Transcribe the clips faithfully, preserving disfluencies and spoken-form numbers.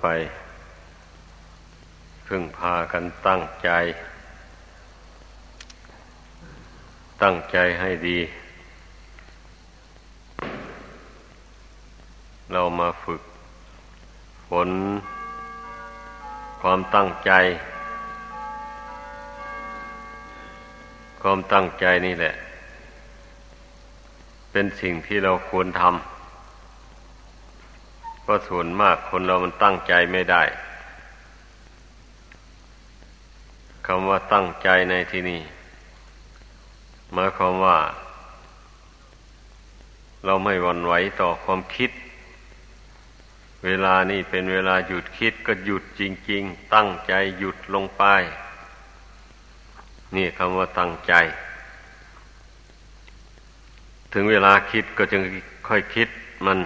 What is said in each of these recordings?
ไปพึ่งพากันตั้งใจตั้งใจให้ดีเรามาฝึกฝนความตั้งใจความตั้งใจนี่แหละเป็นสิ่งที่เราควรทำเพราะส่วนมากคนเรามันตั้งใจไม่ได้คำว่าตั้งใจในที่นี้หมายความว่าเราไม่หวั่นไหวต่อความคิดเวลานี่เป็นเวลาหยุดคิดก็หยุดจริงๆตั้งใจหยุดลงไปนี่คำว่าตั้งใจถึงเวลาคิดก็จึงค่อยคิดมัน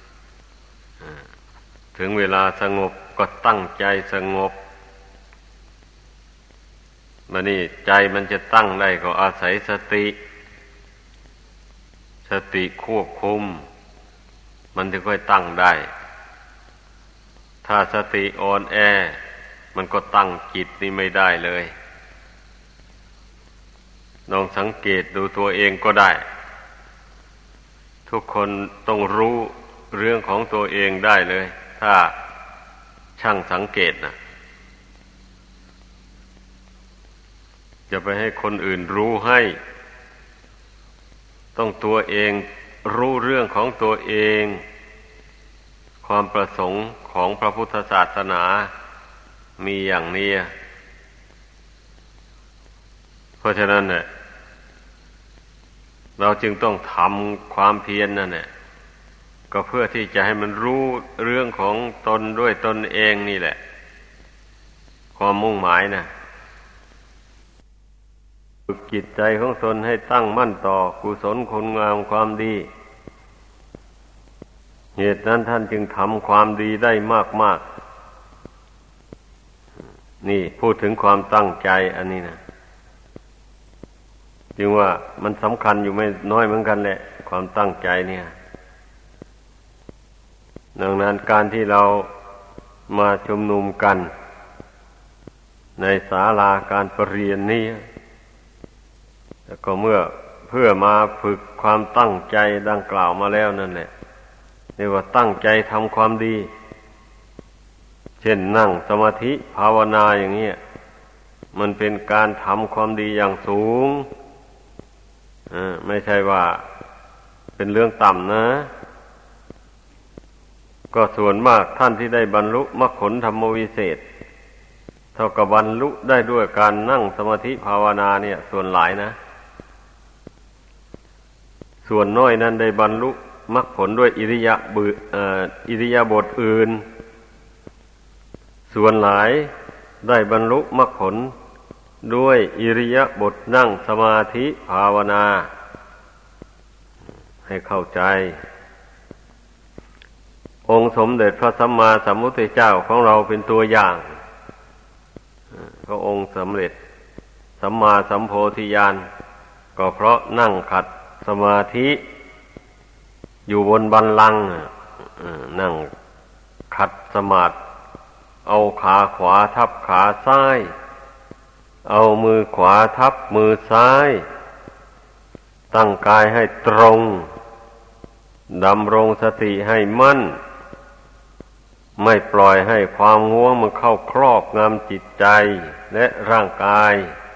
ถึงเวลาสงบก็ตั้งใจสงบมานี่ใจมันจะตั้งได้ก็อาศัยสติสติควบคุมมันถึงค่อยตั้งได้ถ้าสติอ่อนแอมันก็ตั้งจิตนี่ไม่ได้เลยลองสังเกตดูตัวเองก็ได้ทุกคนต้องรู้เรื่องของตัวเองได้เลยถ้าช่างสังเกตนะจะไปให้คนอื่นรู้ให้ต้องตัวเองรู้เรื่องของตัวเองความประสงค์ของพระพุทธศาสนามีอย่างนี้เพราะฉะนั้นเนี่ยเราจึงต้องทำความเพียร นั่นแหละก็เพื่อที่จะให้มันรู้เรื่องของตนด้วยตนเองนี่แหละความมุ่งหมายนะฝึกจิตใจของตนให้ตั้งมั่นต่อกุศลคุณงามความดีเหตุนั้นท่านจึงทำความดีได้มากๆนี่พูดถึงความตั้งใจอันนี้นะจึงว่ามันสำคัญอยู่ไม่น้อยเหมือนกันแหละความตั้งใจเนี่ยดังนั้นการที่เรามาชุมนุมกันในศาลาการประเรียนนี้แล้วก็เมื่อเพื่อมาฝึกความตั้งใจดังกล่าวมาแล้วนั่นแหละเรียกว่าตั้งใจทำความดีเช่นนั่งสมาธิภาวนาอย่างนี้มันเป็นการทำความดีอย่างสูงอ่าไม่ใช่ว่าเป็นเรื่องต่ำนะก็ส่วนมากท่านที่ได้บรรลุมรรคผลธรรมวิเศษเท่ากับบรรลุได้ด้วยการนั่งสมาธิภาวนาเนี่ยส่วนหลายนะส่วนน้อยนั้นได้บรรลุมรรคผลด้วยอิริยาบถเอ่ออิริยาบถอื่นส่วนหลายได้บรรลุมรรคผลด้วยอิริยาบถนั่งสมาธิภาวนาให้เข้าใจองค์สมเด็จพระสัมมาสัมพุทธเจ้าของเราเป็นตัวอย่างพระองค์สำเร็จสัมมาสัมโพธิญาณก็เพราะนั่งขัดสมาธิอยู่บนบัลลังก์นั่งขัดสมาธิเอาขาขวาทับขาซ้ายเอามือขวาทับมือซ้ายตั้งกายให้ตรงดำรงสติให้มั่นไม่ปล่อยให้ความง่วงมันเข้าครอบงำจิตใจและร่างกาย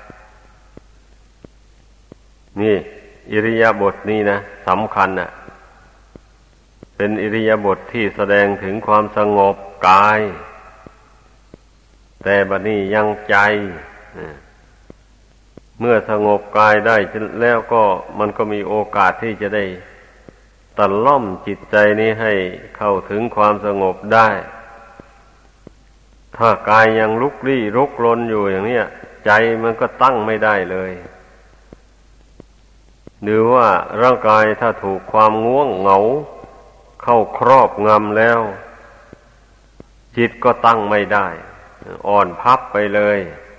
นี่อิริยาบถนี้นะสำคัญนะเป็นอิริยาบถที่แสดงถึงความสงบกายแต่บัดนี้ยังใจเมื่อสงบกายได้แล้วก็มันก็มีโอกาสที่จะได้ตะล่อมจิตใจนี้ให้เข้าถึงความสงบได้ถ้ากายยังลุกลี้ลุกลนอยู่อย่างนี้ใจมันก็ตั้งไม่ได้เลยหรือว่าร่างกายถ้าถูกความง่วงเหงาเข้าครอบงำแล้วจิตก็ตั้งไม่ได้อ่อนพับไปเลย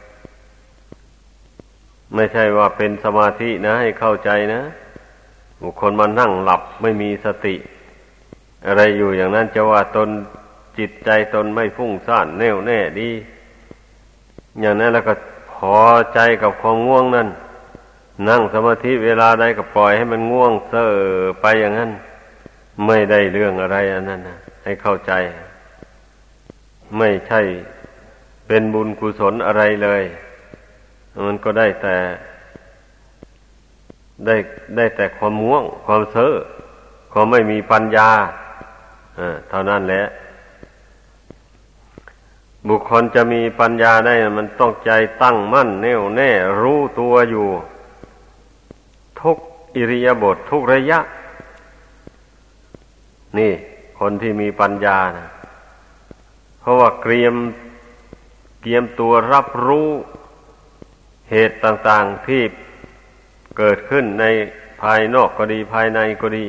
ไม่ใช่ว่าเป็นสมาธินะให้เข้าใจนะบุคคลมานั่งหลับไม่มีสติอะไรอยู่อย่างนั้นจะว่าตนจิตใจตนไม่ฟุ้งซ่านแน่วแน่ดีอย่างนั้นแล้วก็พอใจกับความง่วงนั้นนั่งสมาธิเวลาใดก็ปล่อยให้มันง่วงเซ่อไปอย่างนั้นไม่ได้เรื่องอะไรอันนั้นนะให้เข้าใจไม่ใช่เป็นบุญกุศลอะไรเลยมันก็ได้แต่ได้ได้แต่ความง่วงความเซ่อความไม่มีปัญญาเท่านั้นแหละบุคคลจะมีปัญญาได้มันต้องใจตั้งมั่นแน่วแน่รู้ตัวอยู่ทุกอิริยาบถทุกระยะนี่คนที่มีปัญญานะเพราะว่าเตรียมเตรียมตัวรับรู้เหตุต่างๆที่เกิดขึ้นในภายนอกก็ดีภายในก็ดี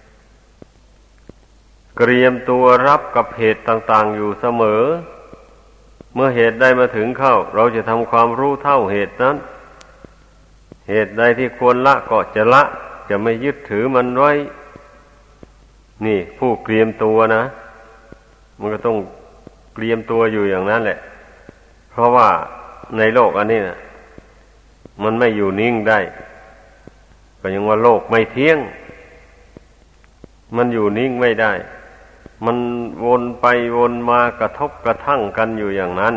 เตรียมตัวรับกับเหตุต่างๆอยู่เสมอเมื่อเหตุใดมาถึงเข้าเราจะทำความรู้เท่าเหตุนั้นเหตุใดที่ควรละก็จะละจะไม่ยึดถือมันไว้นี่ผู้เตรียมตัวนะมันก็ต้องเตรียมตัวอยู่อย่างนั้นแหละเพราะว่าในโลกอันนี้นะมันไม่อยู่นิ่งได้ก็ยังว่าโลกไม่เที่ยงมันอยู่นิ่งไม่ได้มันวนไปวนมากระทบกระทั่งกันอยู่อย่างนั้น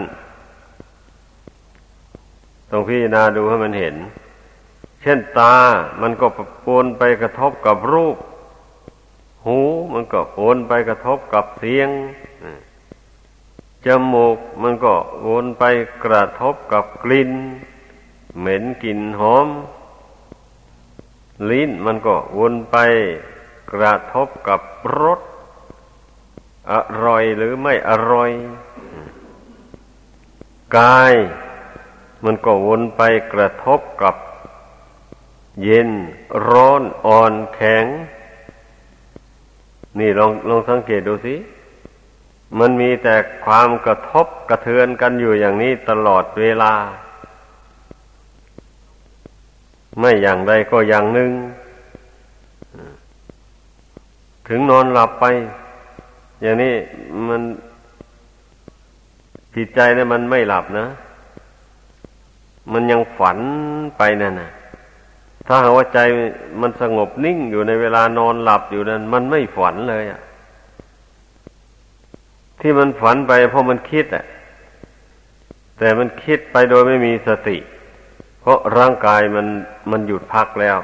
ต้องพิจารณาดูให้มันเห็นเช่นตามันก็วนไปกระทบกับรูปหูมันก็วนไปกระทบกับเสียงจมูกมันก็วนไปกระทบกับกลิ่นเหม็นกลิ่นหอมลิ้นมันก็วนไปกระทบกับรสอร่อยหรือไม่อร่อยกายมันก็วนไปกระทบกับเย็นร้อนอ่อนแข็งนี่ลองลองสังเกตดูสิมันมีแต่ความกระทบกระเทือนกันอยู่อย่างนี้ตลอดเวลาไม่อย่างใดก็อย่างหนึ่งถึงนอนหลับไปอย่างนี้มันจิตใจเนี่ยมันไม่หลับนะมันยังฝันไปนั่นน่ะถ้าหากว่าใจมันสงบนิ่งอยู่ในเวลานอนหลับอยู่นั้นมันไม่ฝันเลยอ่ะที่มันฝันไปเพราะมันคิดอ่ะแต่มันคิดไปโดยไม่มีสติเพราะร่างกายมันมันหยุดพักแล้ว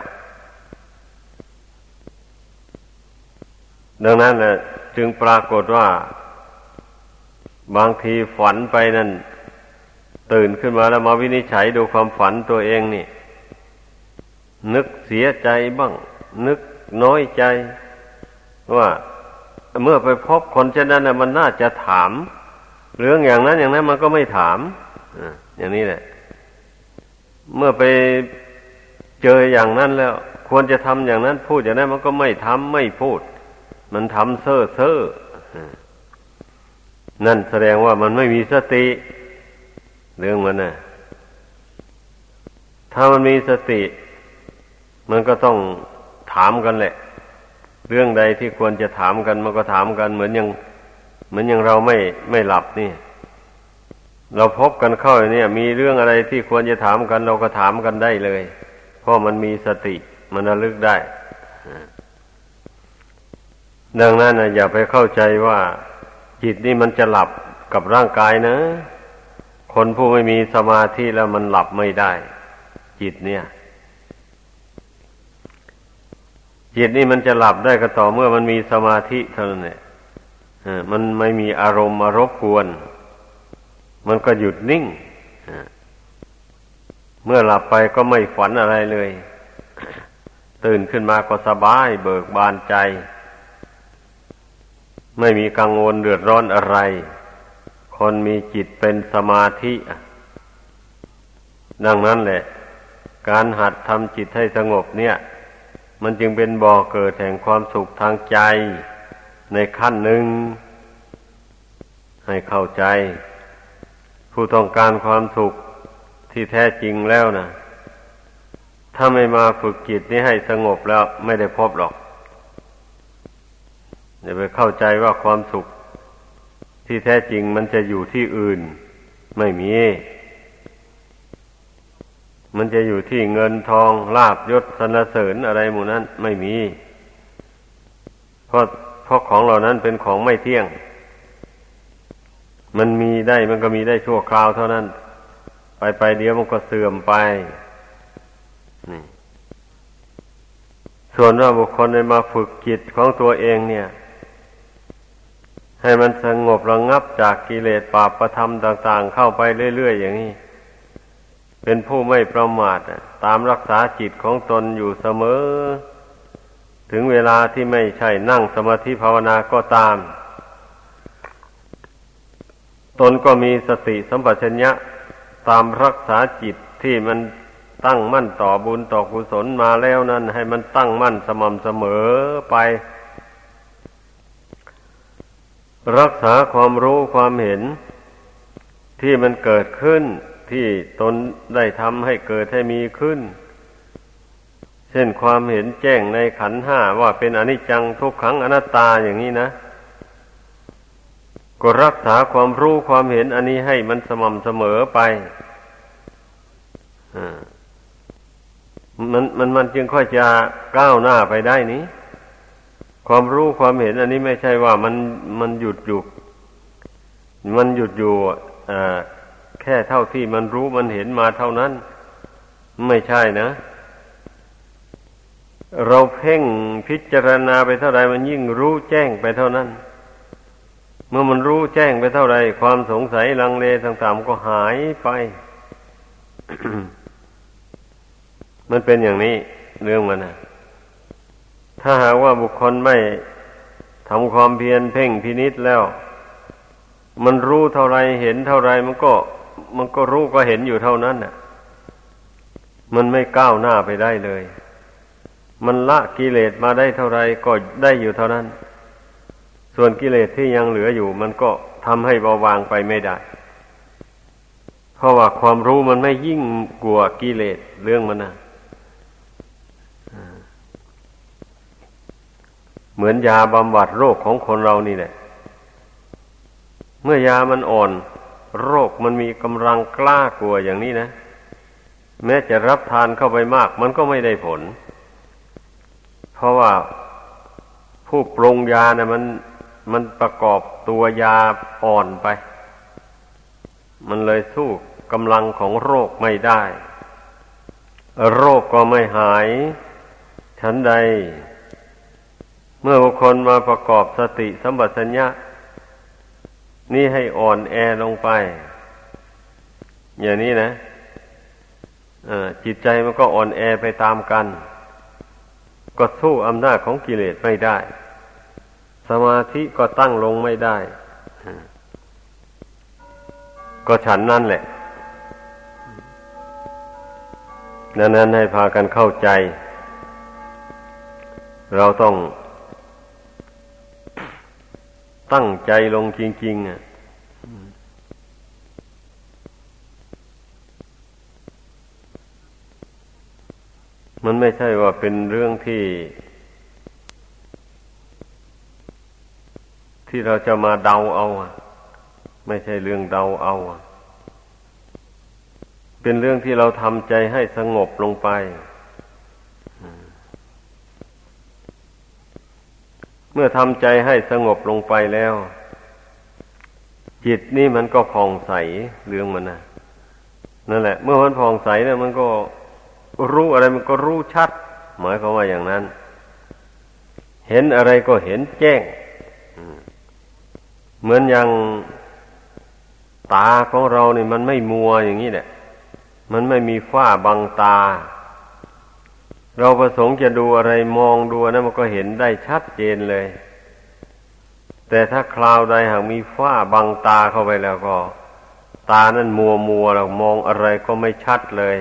ดังนั้นน่ะจึงปรากฏว่าบางทีฝันไปนั่นตื่นขึ้นมาแล้วมาวินิจฉัยดูความฝันตัวเองนี่นึกเสียใจบ้างนึกน้อยใจว่าเมื่อไปพบคนเช่นนั้นน่ะมันน่าจะถามเรื่องอย่างนั้นอย่างนั้นมันก็ไม่ถามอย่างนี้แหละเมื่อไปเจออย่างนั้นแล้วควรจะทำอย่างนั้นพูดอย่างนั้นมันก็ไม่ทำไม่พูดมันทำเซ่อเซ่อนั่นแสดงว่ามันไม่มีสติเรื่องมันน่ะถ้ามันมีสติมันก็ต้องถามกันแหละเรื่องใดที่ควรจะถามกันมันก็ถามกันเหมือนอย่างเหมือนอย่างเราไม่ไม่หลับนี่เราพบกันเข้าเนี่ยมีเรื่องอะไรที่ควรจะถามกันเราก็ถามกันได้เลยเพราะมันมีสติมันระลึกได้ดังนั้นนะอย่าไปเข้าใจว่าจิตนี่มันจะหลับกับร่างกายนะคนผู้ไม่มีสมาธิแล้วมันหลับไม่ได้จิตเนี่ยจิตนี่มันจะหลับได้ก็ต่อเมื่อมันมีสมาธิเท่านั้นแหละมันไม่มีอารมณ์มารบกวนมันก็หยุดนิ่งเมื่อหลับไปก็ไม่ฝันอะไรเลยตื่นขึ้นมาก็สบายเบิกบานใจไม่มีกังวลเดือดร้อนอะไรคนมีจิตเป็นสมาธิดังนั้นแหละการหัดทำจิตให้สงบเนี่ยมันจึงเป็นบ่อเกิดแห่งความสุขทางใจในขั้นหนึ่งให้เข้าใจผู้ต้องการความสุขที่แท้จริงแล้วนะถ้าไม่มาฝึกจิตนี้ให้สงบแล้วไม่ได้พบหรอกอย่าไปเข้าใจว่าความสุขที่แท้จริงมันจะอยู่ที่อื่นไม่มี มันจะอยู่ที่เงินทองลาภยศสรรเสริญอะไรหมู่นั้นไม่มีเพราะเพราะของเหล่านั้นเป็นของไม่เที่ยงมันมีได้มันก็มีได้ชั่วคราวเท่านั้นไปไปเดี๋ยวมันก็เสื่อมไปนี่ส่วนว่าบุคคลได้มาฝึกจิตของตัวเองเนี่ยให้มันสงบระงับจากกิเลสบาปธรรมต่างๆเข้าไปเรื่อยๆอย่างนี้เป็นผู้ไม่ประมาทตามรักษาจิตของตนอยู่เสมอถึงเวลาที่ไม่ใช่นั่งสมาธิภาวนาก็ตามตนก็มีสติสัมปชัญญะตามรักษาจิตที่มันตั้งมั่นต่อบุญต่อกุศลมาแล้วนั้นให้มันตั้งมั่นสม่ำเสมอไปรักษาความรู้ความเห็นที่มันเกิดขึ้นที่ตนได้ทำให้เกิดให้มีขึ้นเช่นความเห็นแจ้งในขันธ์ห้าว่าเป็นอนิจจังทุกขังอนัตตาอย่างนี้นะก็รักษาความรู้ความเห็นอันนี้ให้มันสม่ำเสมอไปมันมันมันจึงค่อยจะก้าวหน้าไปได้นี้ความรู้ความเห็นอันนี้ไม่ใช่ว่ามันมันหยุดอยู่มันหยุดอยู่อ่าแค่เท่าที่มันรู้มันเห็นมาเท่านั้นไม่ใช่นะเราเพ่งพิจารณาไปเท่าไรมันยิ่งรู้แจ้งไปเท่านั้นเมื่อมันรู้แจ้งไปเท่าไรความสงสัยลังเลต่างๆก็หายไป มันเป็นอย่างนี้เรื่องมันนะถ้าหากว่าบุคคลไม่ทำความเพียรเพ่งพินิจแล้วมันรู้เท่าไรเห็นเท่าไรมันก็มันก็รู้ก็เห็นอยู่เท่านั้นน่ะมันไม่ก้าวหน้าไปได้เลยมันละกิเลสมาได้เท่าไรก็ได้อยู่เท่านั้นส่วนกิเลสที่ยังเหลืออยู่มันก็ทำให้เบาบางไปไม่ได้เพราะว่าความรู้มันไม่ยิ่งกว่ากิเลสเรื่องมันนะเหมือนยาบำบัดโรคของคนเรานี่แหละเมื่อยามันอ่อนโรคมันมีกำลังกล้ากลัวอย่างนี้นะแม้จะรับทานเข้าไปมากมันก็ไม่ได้ผลเพราะว่าผู้ปรุงยาเนี่ยมันมันประกอบตัวยาอ่อนไปมันเลยสู้กำลังของโรคไม่ได้โรคก็ไม่หายฉันใดเมื่อบุคคลมาประกอบสติสัมปชัญญะนี่ให้อ่อนแอลงไปอย่างนี้นะจิตใจมันก็อ่อนแอไปตามกันก็สู้อำนาจของกิเลสไม่ได้สมาธิก็ตั้งลงไม่ได้ก็ฉันนั่นแหละดังนั้นให้พากันเข้าใจเราต้องตั้งใจลงจริงๆอ่ะมันไม่ใช่ว่าเป็นเรื่องที่ที่เราจะมาเดาเอาไม่ใช่เรื่องเดาเอาเป็นเรื่องที่เราทำใจให้สงบลงไปเมื่อทำใจให้สงบลงไปแล้วจิตนี่มันก็ผ่องใสเรื่องมันนะนั่นแหละเมื่อมันผ่องใสเนี่ยมันก็รู้อะไรมันก็รู้ชัดหมายความว่าอย่างนั้นเห็นอะไรก็เห็นแจ้งเหมือนอย่างตาของเรานี่มันไม่มัวอย่างนี้แหละมันไม่มีฝ้าบังตาเราประสงค์จะดูอะไรมองดูนะมันก็เห็นได้ชัดเจนเลยแต่ถ้าคราวใดหากมีฝ้าบังตาเข้าไปแล้วก็ตานั้นมัวมัวเรามองอะไรก็ไม่ชัดเลย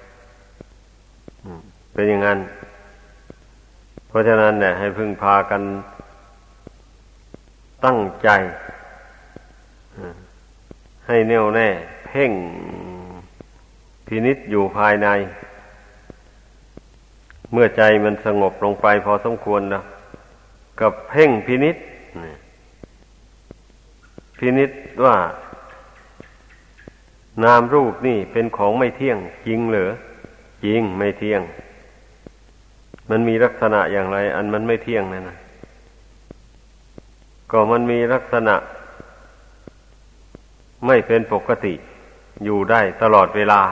เป็นอย่างนั้นเพราะฉะนั้นเนี่ยให้พึ่งพากันตั้งใจให้แน่วแน่เพ่งพินิจอยู่ภายในเมื่อใจมันสงบลงไปพอสมควรนะกับเพ่งพินิจพิพินิจว่านามรูปนี่เป็นของไม่เที่ยงจริงเหรอจริงไม่เที่ยงมันมีลักษณะอย่างไรอันมันไม่เที่ยงนั่นนะก็มันมีลักษณะไม่เป็นปกติอยู่ได้ตลอดเวลา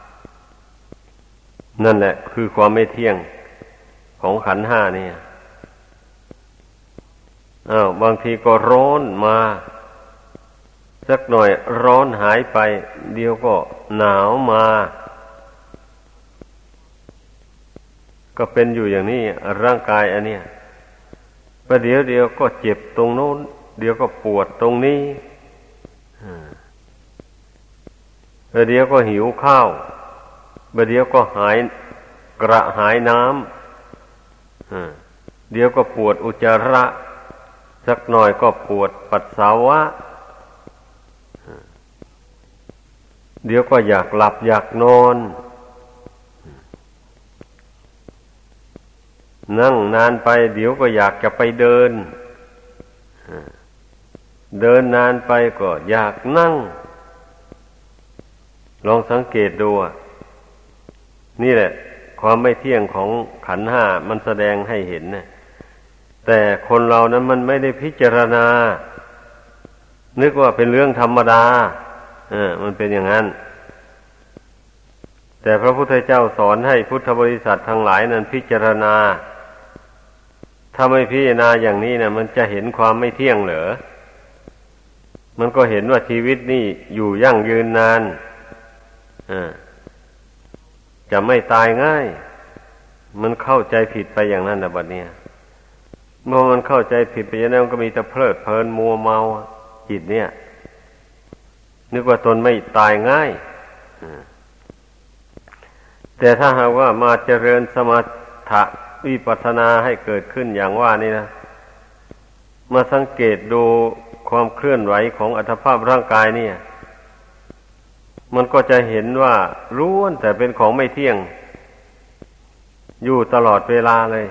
นั่นแหละคือความไม่เที่ยงของขันธ์ห้านี่อ้าวบางทีก็ร้อนมาสักหน่อยร้อนหายไปเดี๋ยวก็หนาวมาก็เป็นอยู่อย่างนี้ร่างกายอันเนี้ยประเดี๋ยวเดียวก็เจ็บตรงโน้นเดี๋ยวก็ปวดตรงนี้ประเดี๋ยวก็หิวข้าวประเดี๋ยวก็หายกระหายน้ำเดี๋ยวก็ปวดอุจจาระสักหน่อยก็ปวดปัสสาวะเดี๋ยวก็อยากหลับอยากนอนนั่งนานไปเดี๋ยวก็อยากจะไปเดินเดินนานไปก็อยากนั่งลองสังเกตดูนี่แหละความไม่เที่ยงของขันธ์ห้ามันแสดงให้เห็นนะแต่คนเรานั้นมันไม่ได้พิจารณานึกว่าเป็นเรื่องธรรมดาเออมันเป็นอย่างนั้นแต่พระพุทธเจ้าสอนให้พุทธบริษัททั้งหลายนั้นพิจารณาถ้าไม่พิจารณาอย่างนี้นะมันจะเห็นความไม่เที่ยงเหรอมันก็เห็นว่าชีวิตนี่อยู่ยั่งยืนนานอ่าจะไม่ตายง่ายมันเข้าใจผิดไปอย่างนั้นนะบัดเนี้ยเมื่อมันเข้าใจผิดไปอย่างนั้นมันก็มีแต่เพลิดเพลินมัวเมาจิตเนี่ยนึกว่าตนไม่ตายง่ายแต่ถ้าหากว่ามาเจริญสมถะวิปัสสนาให้เกิดขึ้นอย่างว่านี่นะมาสังเกตดูความเคลื่อนไหวของอัตภาพร่างกายเนี่ยมันก็จะเห็นว่าล้วนแต่เป็นของไม่เที่ยงอยู่ตลอดเวลาเลย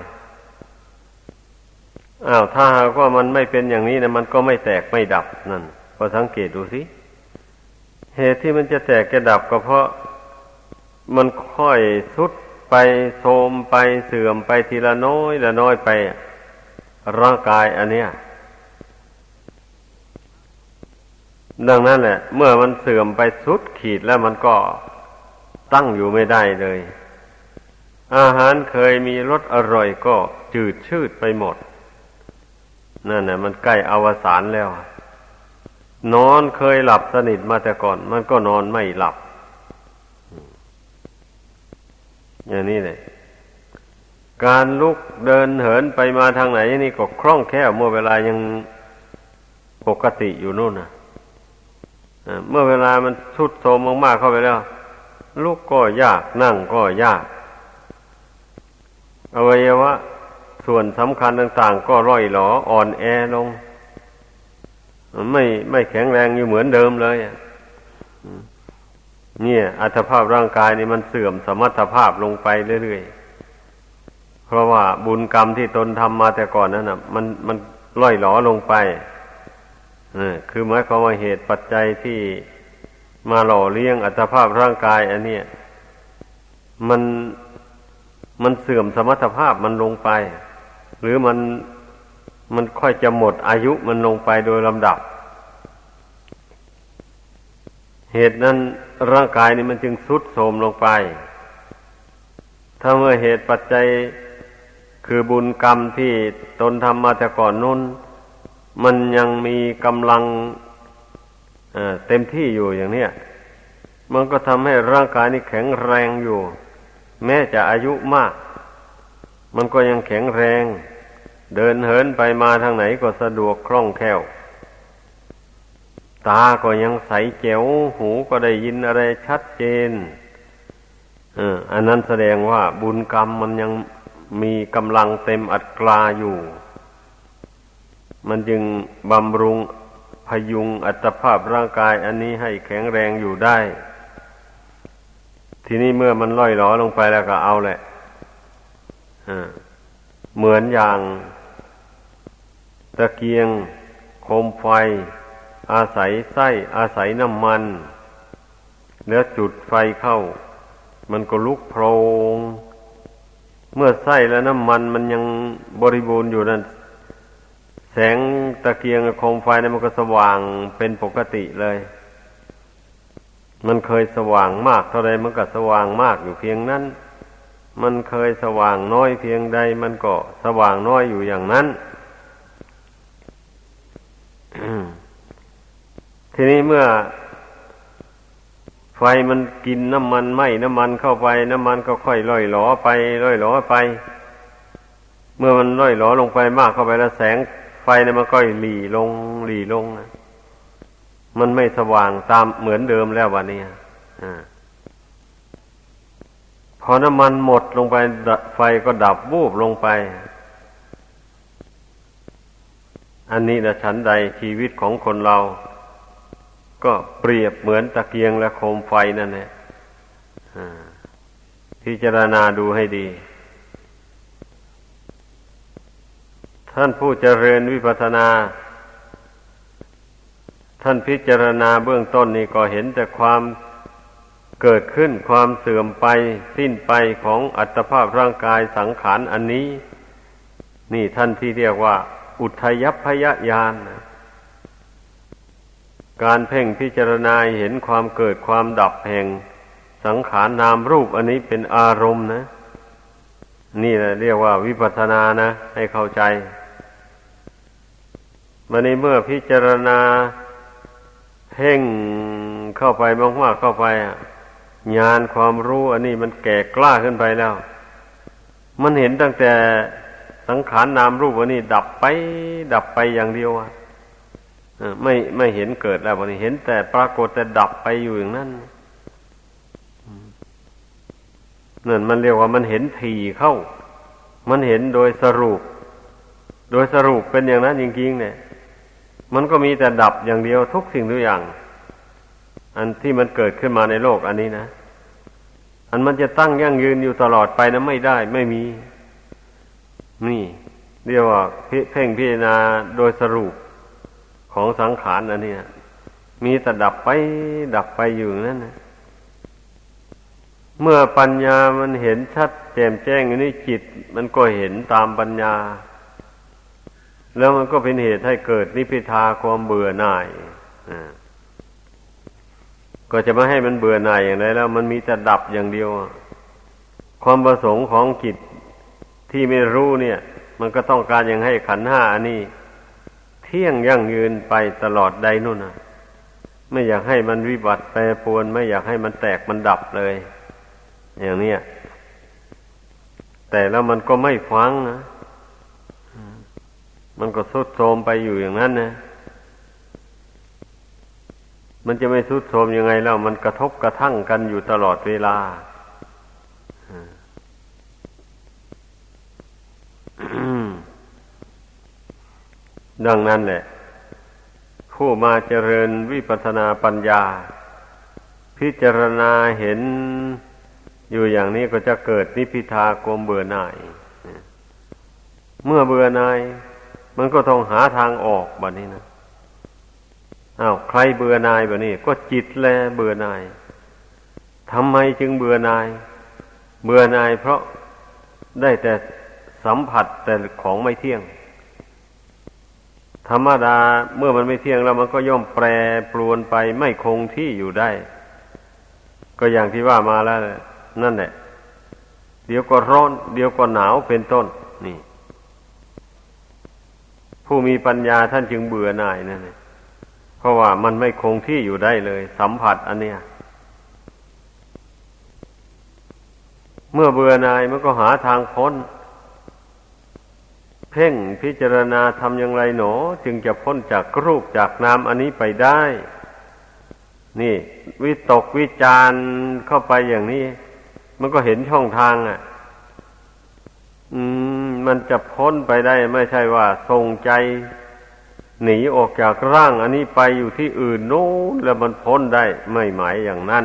อ้าวถ้าหากว่ามันไม่เป็นอย่างนี้นะมันก็ไม่แตกไม่ดับนั่นก็สังเกตดูสิเหตุที่มันจะแตกจะดับก็เพราะมันค่อยทรุดไปโทรมไปเสื่อมไปทีละน้อยละน้อยไปร่างกายอันเนี้ยดังนั้นแหละเมื่อมันเสื่อมไปสุดขีดแล้วมันก็ตั้งอยู่ไม่ได้เลยอาหารเคยมีรสอร่อยก็จืดชืดไปหมดนั่นน่ะมันใกล้อวสานแล้วนอนเคยหลับสนิทมาแต่ก่อนมันก็นอนไม่หลับอย่างนี้เลยการลุกเดินเหินไปมาทางไหนนี่ก็คล่องแคล่วเมื่อเวลายังปกติอยู่นู่นนะเมื่อเวลามันทรุดโทรมมากๆเข้าไปแล้วลุกก็ยากนั่งก็ยากอวัยวะส่วนสำคัญต่างๆก็ร่อยหรออ่อนแอลงไม่ไม่แข็งแรงอยู่เหมือนเดิมเลยเนี่ยอัตภาพร่างกายนี่มันเสื่อมสมรรถภาพลงไปเรื่อยๆเพราะว่าบุญกรรมที่ตนทำมาแต่ก่อนนั้นน่ะมันมันร่อยหรอลงไปคือหมายความว่าเหตุปัจจัยที่มาหล่อเลี้ยงอัตภาพร่างกายอันเนี้ยมันมันเสื่อมสมรรถภาพมันลงไปหรือมันมันค่อยจะหมดอายุมันลงไปโดยลำดับเหตุนั้นร่างกายนี้มันจึงทรุดโทรมลงไปถ้าเมื่อเหตุปัจจัยคือบุญกรรมที่ตนทำมาแต่ก่อนนู้นมันยังมีกำลังเต็มที่อยู่อย่างเนี้ยมันก็ทำให้ร่างกายนี้แข็งแรงอยู่แม้จะอายุมากมันก็ยังแข็งแรงเดินเหินไปมาทางไหนก็สะดวกคล่องแคล่วตาก็ยังใสแจ๋วหูก็ได้ยินอะไรชัดเจนเอออันนั้นแสดงว่าบุญกรรมมันยังมีกำลังเต็มอัตราอยู่มันจึงบำรุงพยุงอัตภาพร่างกายอันนี้ให้แข็งแรงอยู่ได้ทีนี้เมื่อมันล่อยหลอลงไปแล้วก็เอาแหละเหมือนอย่างตะเกียงโคมไฟอาศัยไส้อาศัยน้ำมันแล้วจุดไฟเข้ามันก็ลุกโพลงเมื่อไส้และน้ำมันมันยังบริบูรณ์อยู่นั้นแสงตะเกียงโคมไฟนั้นมันก็สว่างเป็นปกติเลยมันเคยสว่างมากเท่าใดมันก็สว่างมากอยู่เพียงนั้นมันเคยสว่างน้อยเพียงใดมันก็สว่างน้อยอยู่อย่างนั้น ทีนี้เมื่อไฟมันกินน้ำมันไหม้น้ำมันเข้าไปน้ำมันก็ค่อยล่อยหลอไปล่อยหลอไปเมื่อมันล่อยหลอลงไปมากเข้าไปแล้วแสงไฟเนี่ยมันก็หลีลงหลีลงมันไม่สว่างตามเหมือนเดิมแล้ววันนี้อ่าพอน้ำมันหมดลงไปไฟก็ดับวูบลงไปอันนี้นะฉันใดชีวิตของคนเราก็เปรียบเหมือนตะเกียงและโคมไฟนั่นแหละพิจารณาดูให้ดีท่านผู้เจริญวิปัสสนาท่านพิจารณาเบื้องต้นนี่ก็เห็นแต่ความเกิดขึ้นความเสื่อมไปสิ้นไปของอัตภาพร่างกายสังขารอันนี้นี่ท่านที่เรียกว่าอุทยัพพยญาณการเพ่งพิจารณาเห็นความเกิดความดับแห่งสังขารนามรูปอันนี้เป็นอารมณ์นะนี่แหละเรียกว่าวิปัสสนานะให้เข้าใจวันนี้เมื่อพิจารณาเพ่งเข้าไปมากๆเข้าไปญาณความรู้อันนี้มันแก่กล้าขึ้นไปแล้วมันเห็นตั้งแต่สังขารนามรูปอันนี้ดับไปดับไปอย่างเดียวอ่ะไม่ไม่เห็นเกิดแล้ววันนี้เห็นแต่ปรากฏแต่ดับไปอยู่อย่างนั้นนั่นมันเรียกว่ามันเห็นถี่เข้ามันเห็นโดยสรุปโดยสรุปเป็นอย่างนั้นจริงๆเนี่ยมันก็มีแต่ดับอย่างเดียวทุกสิ่งทุกอย่างอันที่มันเกิดขึ้นมาในโลกอันนี้นะอันมันจะตั้งยั่งยืนอยู่ตลอดไปนะไม่ได้ไม่มีนี่เรียกว่าเพ่งพิจารณาโดยสรุปของสังขารอันนี้มีแต่ดับไปดับไปอยู่นั่นนะเมื่อปัญญามันเห็นชัดแจ่มแจ้งอยู่นี่จิตมันก็เห็นตามปัญญาแล้วมันก็เป็นเหตุให้เกิดนิพพิทาความเบื่อหน่ายก็จะไม่ให้มันเบื่อหน่ายอย่างไรแล้วมันมีแต่ดับอย่างเดียวความประสงค์ของจิตที่ไม่รู้เนี่ยมันก็ต้องการอย่างให้ขันธ์ห้าอันนี้เที่ยงยั่งยืนไปตลอดใดนู่นน่ะไม่อยากให้มันวิบัติแปรปรวนไม่อยากให้มันแตกมันดับเลยอย่างเนี้ยแต่แล้วมันก็ไม่ฟังนะมันก็ทรุดโทรมไปอยู่อย่างนั้นนะมันจะไม่ทรุดโทรมยังไงแล้วมันกระทบกระทั่งกันอยู่ตลอดเวลาดังนั้นแหละผู้มาเจริญวิปัสสนาปัญญาพิจารณาเห็นอยู่อย่างนี้ก็จะเกิดนิพพิทาความเบื่อหน่ายเมื่อเบื่อหน่ายมันก็ต้องหาทางออกบัดนี้นะอ้าวใครเบื่อหน่ายบัดนี้ก็จิตแลเบื่อหน่ายทำไมจึงเบื่อหน่ายเบื่อหน่ายเพราะได้แต่สัมผัสแต่ของไม่เที่ยงธรรมดาเมื่อมันไม่เที่ยงแล้วมันก็ย่อมแปรปรวนไปไม่คงที่อยู่ได้ก็อย่างที่ว่ามาแล้วนั่นแหละเดี๋ยวก็ร้อนเดี๋ยวก็หนาวเป็นต้นนี่ผู้มีปัญญาท่านจึงเบื่อหน่ายนั่นแหละเพราะว่ามันไม่คงที่อยู่ได้เลยสัมผัสอันเนี้ยเมื่อเบื่อหน่ายมันก็หาทางพ้นเพ่งพิจารณาทำอย่างไรหนอจึงจะพ้นจากรูปจากนามอันนี้ไปได้นี่วิตกวิจารเข้าไปอย่างนี้มันก็เห็นช่องทางอ่ะอืมมันจะพ้นไปได้ไม่ใช่ว่าทรงใจหนีออกจากร่างอันนี้ไปอยู่ที่อื่นโน้นแล้วมันพ้นได้ไม่หมายอย่างนั้น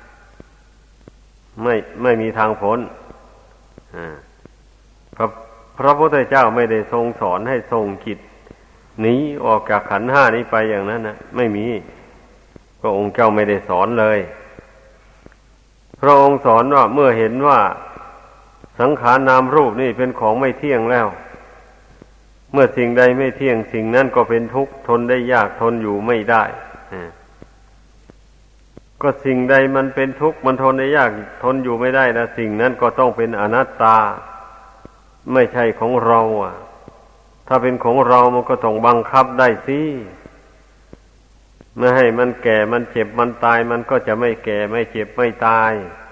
ไม่ไม่มีทางพ้นอ่าพระพระพุทธเจ้าไม่ได้ทรงสอนให้ทรงจิตหนีออกจากขันธ์ห้านี้ไปอย่างนั้นนะไม่มีพระองค์เจ้าไม่ได้สอนเลยพระองค์สอนว่าเมื่อเห็นว่าสังขารนามรูปนี่เป็นของไม่เที่ยงแล้วเมื่อสิ่งใดไม่เที่ยงสิ่งนั้นก็เป็นทุกข์ทนได้ยากทนอยู่ไม่ได้ก็สิ่งใดมันเป็นทุกข์มันทนได้ยากทนอยู่ไม่ได้นะสิ่งนั้นก็ต้องเป็นอนัตตาไม่ใช่ของเราอ่ะถ้าเป็นของเรามันก็ต้องบังคับได้สิไม่ให้มันแก่มันเจ็บมันตายมันก็จะไม่แก่ไม่เจ็บไม่ตาย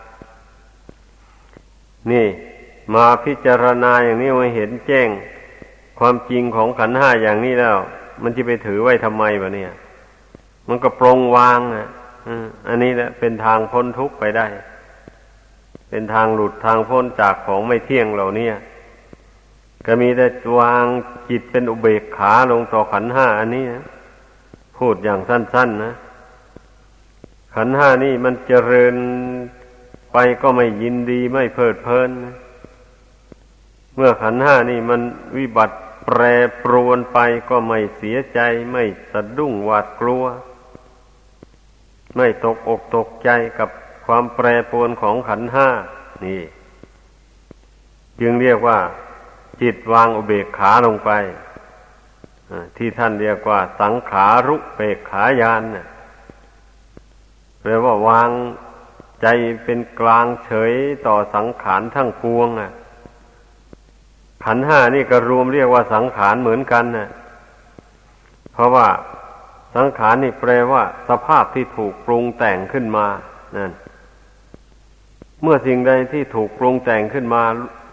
นี่มาพิจารณาอย่างนี้มาเห็นแจ้งความจริงของขันธ์ห้าอย่างนี้แล้วมันจะไปถือไว้ทำไมวะเนี่ยมันก็ปรงวางอ่ะอันนี้แหละเป็นทางพ้นทุกข์ไปได้เป็นทางหลุดทางพ้นจากของไม่เที่ยงเหล่านี้ก็มีแต่วางจิตเป็นอุเบกขาลงต่อขันธ์ห้าอันนี้นะพูดอย่างสั้นๆนะขันธ์ห้านี่มันเจริญไปก็ไม่ยินดีไม่เพลิดเพลินนะเมื่อขันธ์ห้านี่มันวิบัติแปรปรวนไปก็ไม่เสียใจไม่สะดุ้งหวาดกลัวไม่ตกอกตกใจกับความแปรปรวนของขันธ์ห้านี่จึงเรียกว่าจิตวางอุเบกขาลงไปที่ท่านเรียกว่าสังขารุเบกขาญาณน่ะแปลว่าวางใจเป็นกลางเฉยต่อสังขารทั้งปวงอ่ะขันธ์ห้านี่ก็รวมเรียกว่าสังขารเหมือนกันน่ะเพราะว่าสังขารนี่แปลว่าสภาพที่ถูกปรุงแต่งขึ้นมานั่นเมื่อสิ่งใดที่ถูกปรุงแต่งขึ้นมา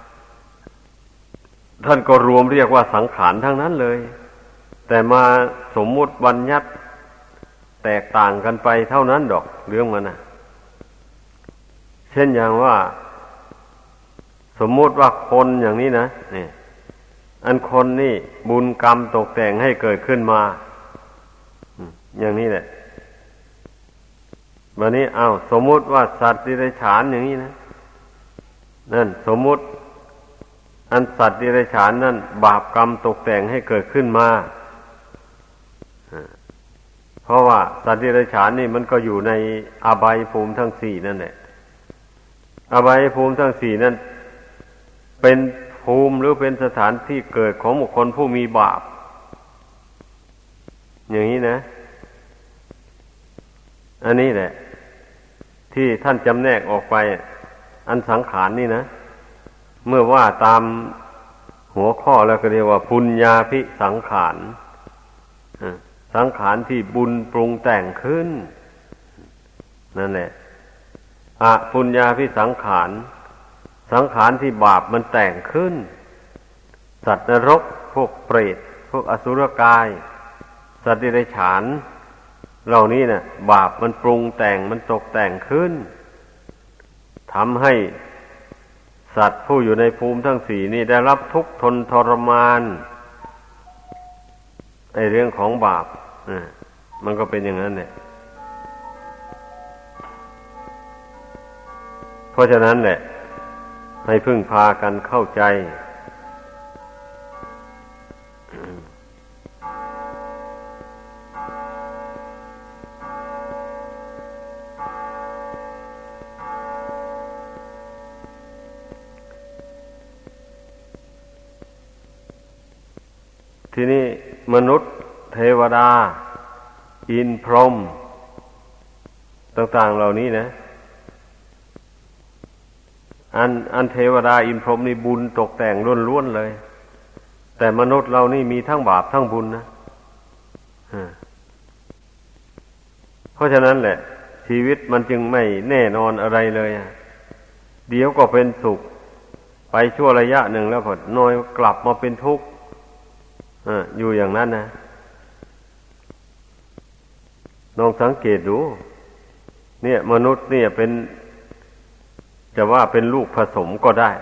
ท่านก็รวมเรียกว่าสังขารทั้งนั้นเลยแต่มาสมมุติบัญญัติแตกต่างกันไปเท่านั้นดอกเรื่องมันนะเช่นอย่างว่าสมมุติว่าคนอย่างนี้นะนี่อันคนนี่บุญกรรมตกแต่งให้เกิดขึ้นมาอย่างนี้แหละวันนี้เอาสมมุติว่าสัตว์ดิเรกชันอย่างนี้นะนั่นสมมุติอันสัตว์ดิเรกชันนั่นบาปกรรมตกแต่งให้เกิดขึ้นมาเพราะว่าสัตว์ดิเรกชันนี่มันก็อยู่ในอบายภูมิทั้งสี่นั่นแหละอบายภูมิทั้งสี่นั่นเป็นภูมิหรือเป็นสถานที่เกิดของบุคคลผู้มีบาปอย่างนี้นะอันนี้แหละที่ท่านจำแนกออกไปอันสังขารนี่นะเมื่อว่าตามหัวข้อแล้วก็เรียกว่าปุญญาภิสังขารสังขารที่บุญปรุงแต่งขึ้นนั่นแหละอปุญญาภิสังขารสังขารที่บาปมันแต่งขึ้นสัตว์นรกพวกเปรตพวกอสุรกายสัตว์ดิเรกชันเหล่านี้เนี่ยบาปมันปรุงแต่งมันตกแต่งขึ้นทำให้สัตว์ผู้อยู่ในภูมิทั้งสี่นี่ได้รับทุกข์ทนทรมานไอ้เรื่องของบาปอ่ามันก็เป็นอย่างนั้นแหละเพราะฉะนั้นแหละให้พึ่งพากันเข้าใจทีนี้มนุษย์เทวดาอินทร์พรหมต่างๆเหล่านี้นะอันอันเทวดาอินทร์พรหมนี่บุญตกแต่งล้วนๆเลยแต่มนุษย์เรานี่มีทั้งบาปทั้งบุญนะเพราะฉะนั้นแหละชีวิตมันจึงไม่แน่นอนอะไรเลยเดี๋ยวก็เป็นสุขไปชั่วระยะหนึ่งแล้วพอน้อยกลับมาเป็นทุกข์อยู่อย่างนั้นนะลองสังเกตดูเนี่ยมนุษย์เนี่ยเป็นจะว่าเป็นลูกผสมก็ได้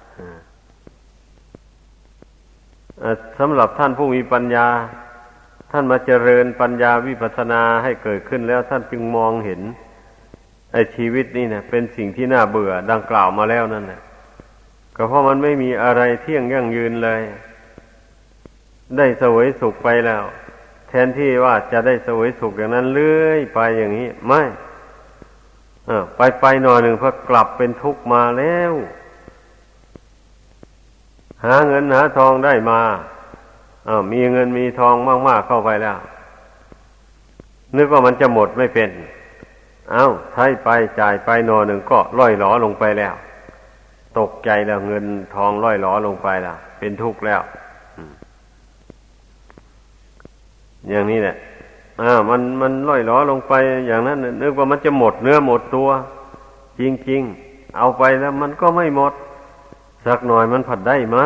สำหรับท่านผู้มีปัญญาท่านมาเจริญปัญญาวิปัสสนาให้เกิดขึ้นแล้วท่านจึงมองเห็นไอ้ชีวิตนี่เนี่ยเป็นสิ่งที่น่าเบื่อดังกล่าวมาแล้วนั่นแหละก็เพราะมันไม่มีอะไรเที่ยงยั่งยืนเลยได้เสวยสุขไปแล้วแทนที่ว่าจะได้เสวยสุขอย่างนั้นเรื่อยไปอย่างนี้ไม่เออไปไปหน่อยหนึ่งพอกลับเป็นทุกข์มาแล้วหาเงินหาทองได้มาอ้าวมีเงินมีทองมากๆเข้าไปแล้วนึกว่ามันจะหมดไม่เป็นอ้าวใช้ไปจ่ายไปหน่อยหนึ่งก็ล่อยหลอลงไปแล้วตกใจแล้วเงินทองล่อยหลอลงไปแล้วเป็นทุกข์แล้วอย่างนี้แหละอ่ามันมันล่อยหลอลงไปอย่างนั้นนึกว่ามันจะหมดเนื้อหมดตัวจริงๆเอาไปแล้วมันก็ไม่หมดสักหน่อยมันผัดได้มา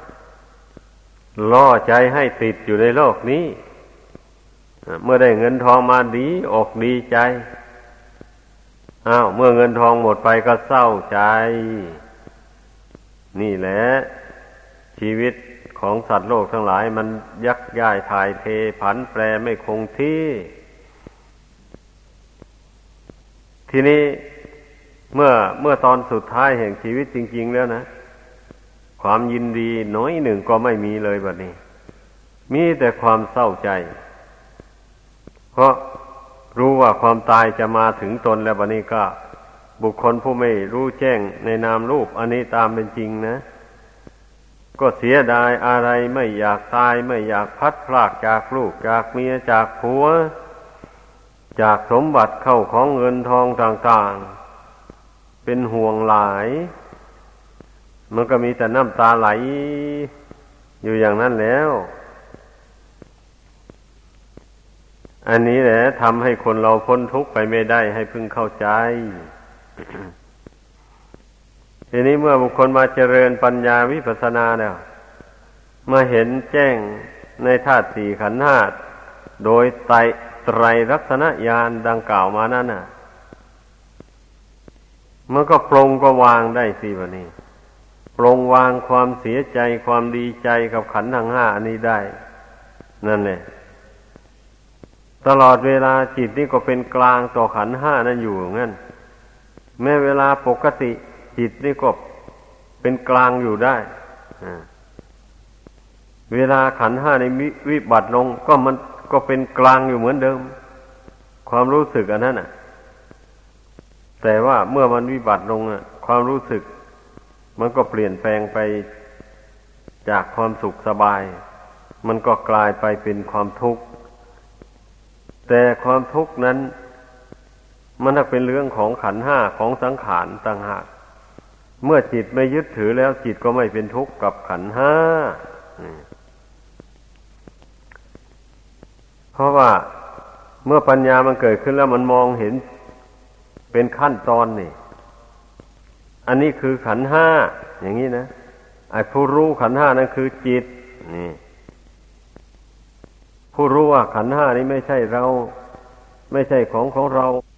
ล่อใจให้ติดอยู่ในโลกนี้เมื่อได้เงินทองมาดีอกดีใจอ้าวเมื่อเงินทองหมดไปก็เศร้าใจนี่แหละชีวิตของสัตว์โลกทั้งหลายมันยักย้ายถ่ายเทผันแปรไม่คงที่ทีนี้เมื่อเมื่อตอนสุดท้ายแห่งชีวิตจริงๆแล้วนะความยินดีน้อยหนึ่งก็ไม่มีเลยบัดนี้มีแต่ความเศร้าใจเพราะรู้ว่าความตายจะมาถึงตนแล้วบัดนี้ก็บุคคลผู้ไม่รู้แจ้งในนามรูปอันนี้ตามเป็นจริงนะก็เสียดายอะไรไม่อยากตายไม่อยากพัดพรากจากลูกจากเมียจากผัวจากสมบัติเข้าของเงินทองต่างๆเป็นห่วงหลายมันก็มีแต่น้ำตาไหลอยู่อย่างนั้นแล้วอันนี้แหละทำให้คนเราพ้นทุกข์ไปไม่ได้ให้พึงเข้าใจ ทีนี้เมื่อบุคคลมาเจริญปัญญาวิปัสสนาแล้วมาเห็นแจ้งในธาตุสี่ขันธ์ห้าโดยไตรไตรลักษณญาณดังกล่าวมานั่นน่ะมันก็ปรงก็วางได้สิวะนี่ปรงวางความเสียใจความดีใจกับขันธ์ทั้งห้าอันนี้ได้นั่นแหละตลอดเวลาจิตนี่ก็เป็นกลางต่อขันธ์ห้านั่นอยู่งั้นแม้เวลาปกติจิตนี่ก็เป็นกลางอยู่ได้เวลาขันธ์ห้าในวิบัติลงก็มันก็เป็นกลางอยู่เหมือนเดิมความรู้สึกอันนั้นน่ะแต่ว่าเมื่อมันวิบัติลงอ่ะความรู้สึกมันก็เปลี่ยนแปลงไปจากความสุขสบายมันก็กลายไปเป็นความทุกข์แต่ความทุกข์นั้นมันเป็นเรื่องของขันธ์ห้าของสังขารต่างหากเมื่อจิตไม่ยึดถือแล้วจิตก็ไม่เป็นทุกข์กับขันธ์ห้าเพราะว่าเมื่อปัญญามันเกิดขึ้นแล้วมันมองเห็นเป็นขั้นตอนนี่อันนี้คือขันธ์ห้าอย่างนี้นะไอ้ผู้รู้ขันธ์ห้านั่นคือจิตนี่ผู้รู้ว่าขันธ์ห้านี้ไม่ใช่เราไม่ใช่ของของเรา